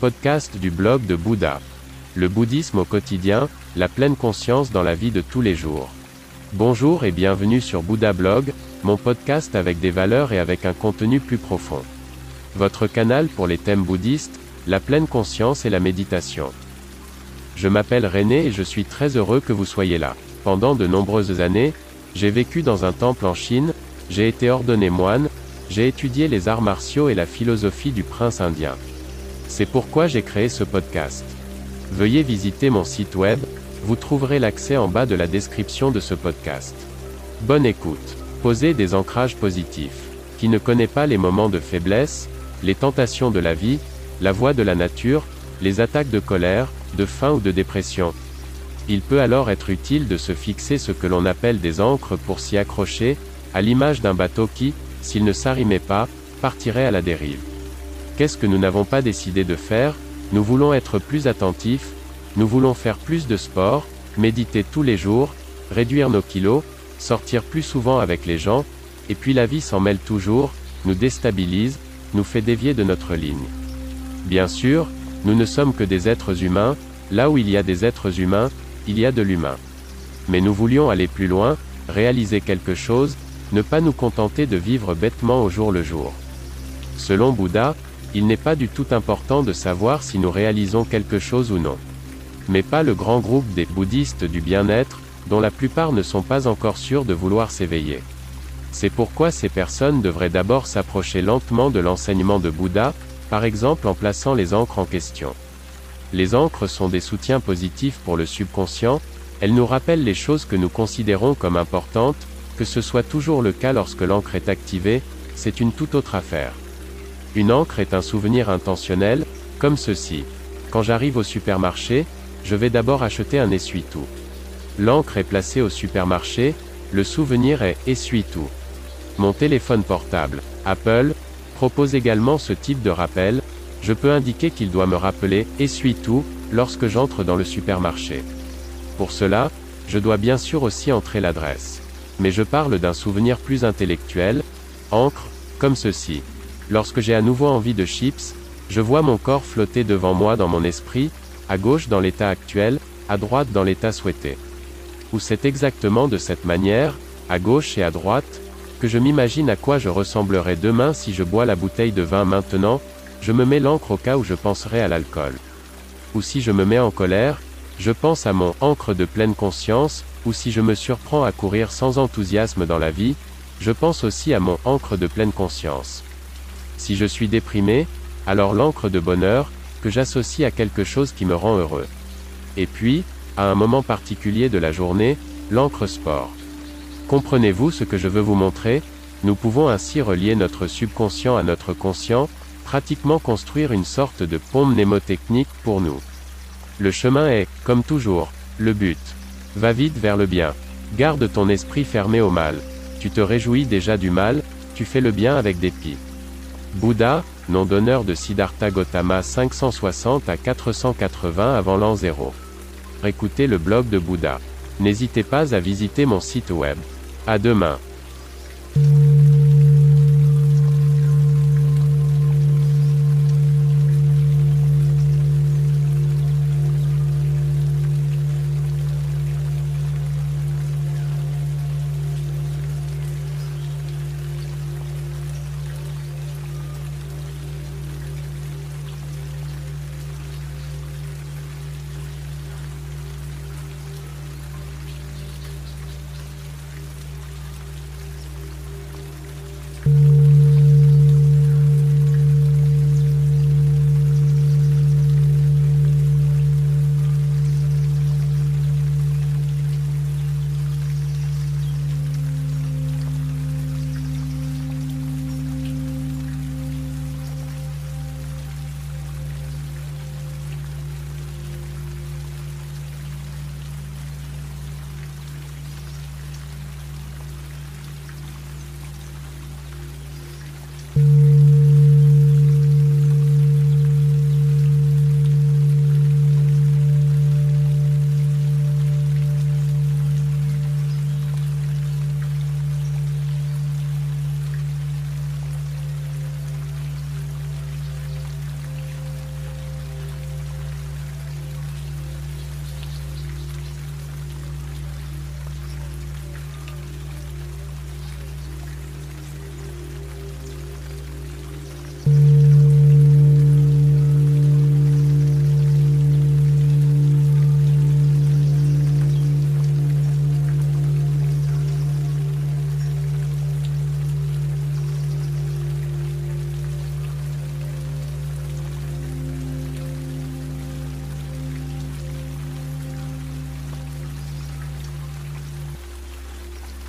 podcast du blog de Bouddha. Le bouddhisme au quotidien, la pleine conscience dans la vie de tous les jours. Bonjour et bienvenue sur Bouddha Blog, mon podcast avec des valeurs et avec un contenu plus profond. Votre canal pour les thèmes bouddhistes, la pleine conscience et la méditation. Je m'appelle René et je suis très heureux que vous soyez là. Pendant de nombreuses années, j'ai vécu dans un temple en Chine, j'ai été ordonné moine, j'ai étudié les arts martiaux et la philosophie du prince indien. C'est pourquoi j'ai créé ce podcast. Veuillez visiter mon site web, vous trouverez l'accès en bas de la description de ce podcast. Bonne écoute. Posez des ancrages positifs. Qui ne connaît pas les moments de faiblesse, les tentations de la vie, la voie de la nature, les attaques de colère, de faim ou de dépression? Il peut alors être utile de se fixer ce que l'on appelle des ancres pour s'y accrocher, à l'image d'un bateau qui, s'il ne s'arrimait pas, partirait à la dérive. Qu'est-ce que nous n'avons pas décidé de faire? Nous voulons être plus attentifs, nous voulons faire plus de sport, méditer tous les jours, réduire nos kilos, sortir plus souvent avec les gens, et puis la vie s'en mêle toujours, nous déstabilise, nous fait dévier de notre ligne. Bien sûr, nous ne sommes que des êtres humains, là où il y a des êtres humains, il y a de l'humain. Mais nous voulions aller plus loin, réaliser quelque chose, ne pas nous contenter de vivre bêtement au jour le jour. Selon Bouddha, il n'est pas du tout important de savoir si nous réalisons quelque chose ou non. Mais pas le grand groupe des bouddhistes du bien-être, dont la plupart ne sont pas encore sûrs de vouloir s'éveiller. C'est pourquoi ces personnes devraient d'abord s'approcher lentement de l'enseignement de Bouddha, par exemple en plaçant les ancres en question. Les ancres sont des soutiens positifs pour le subconscient, elles nous rappellent les choses que nous considérons comme importantes, que ce soit toujours le cas lorsque l'encre est activée, c'est une toute autre affaire. Une ancre est un souvenir intentionnel, comme ceci. Quand j'arrive au supermarché, je vais d'abord acheter un essuie-tout. L'encre est placée au supermarché, le souvenir est « essuie-tout ». Mon téléphone portable, Apple, propose également ce type de rappel, je peux indiquer qu'il doit me rappeler « essuie-tout » lorsque j'entre dans le supermarché. Pour cela, je dois bien sûr aussi entrer l'adresse. Mais je parle d'un souvenir plus intellectuel, ancre, comme ceci. Lorsque j'ai à nouveau envie de chips, je vois mon corps flotter devant moi dans mon esprit, à gauche dans l'état actuel, à droite dans l'état souhaité. Ou c'est exactement de cette manière, à gauche et à droite, que je m'imagine à quoi je ressemblerai demain si je bois la bouteille de vin maintenant, je me mets l'encre au cas où je penserai à l'alcool. Ou si je me mets en colère, je pense à mon ancre de pleine conscience, ou si je me surprends à courir sans enthousiasme dans la vie, je pense aussi à mon ancre de pleine conscience. Si je suis déprimé, alors l'ancre de bonheur, que j'associe à quelque chose qui me rend heureux. Et puis, à un moment particulier de la journée, l'ancre sport. Comprenez-vous ce que je veux vous montrer? Nous pouvons ainsi relier notre subconscient à notre conscient, pratiquement construire une sorte de pont mnémotechnique pour nous. Le chemin est, comme toujours, le but. Va vite vers le bien. Garde ton esprit fermé au mal. Tu te réjouis déjà du mal, tu fais le bien avec dépit. Bouddha, nom d'honneur de Siddhartha Gautama 560 à 480 avant l'an 0. Écoutez le blog de Bouddha. N'hésitez pas à visiter mon site web. À demain.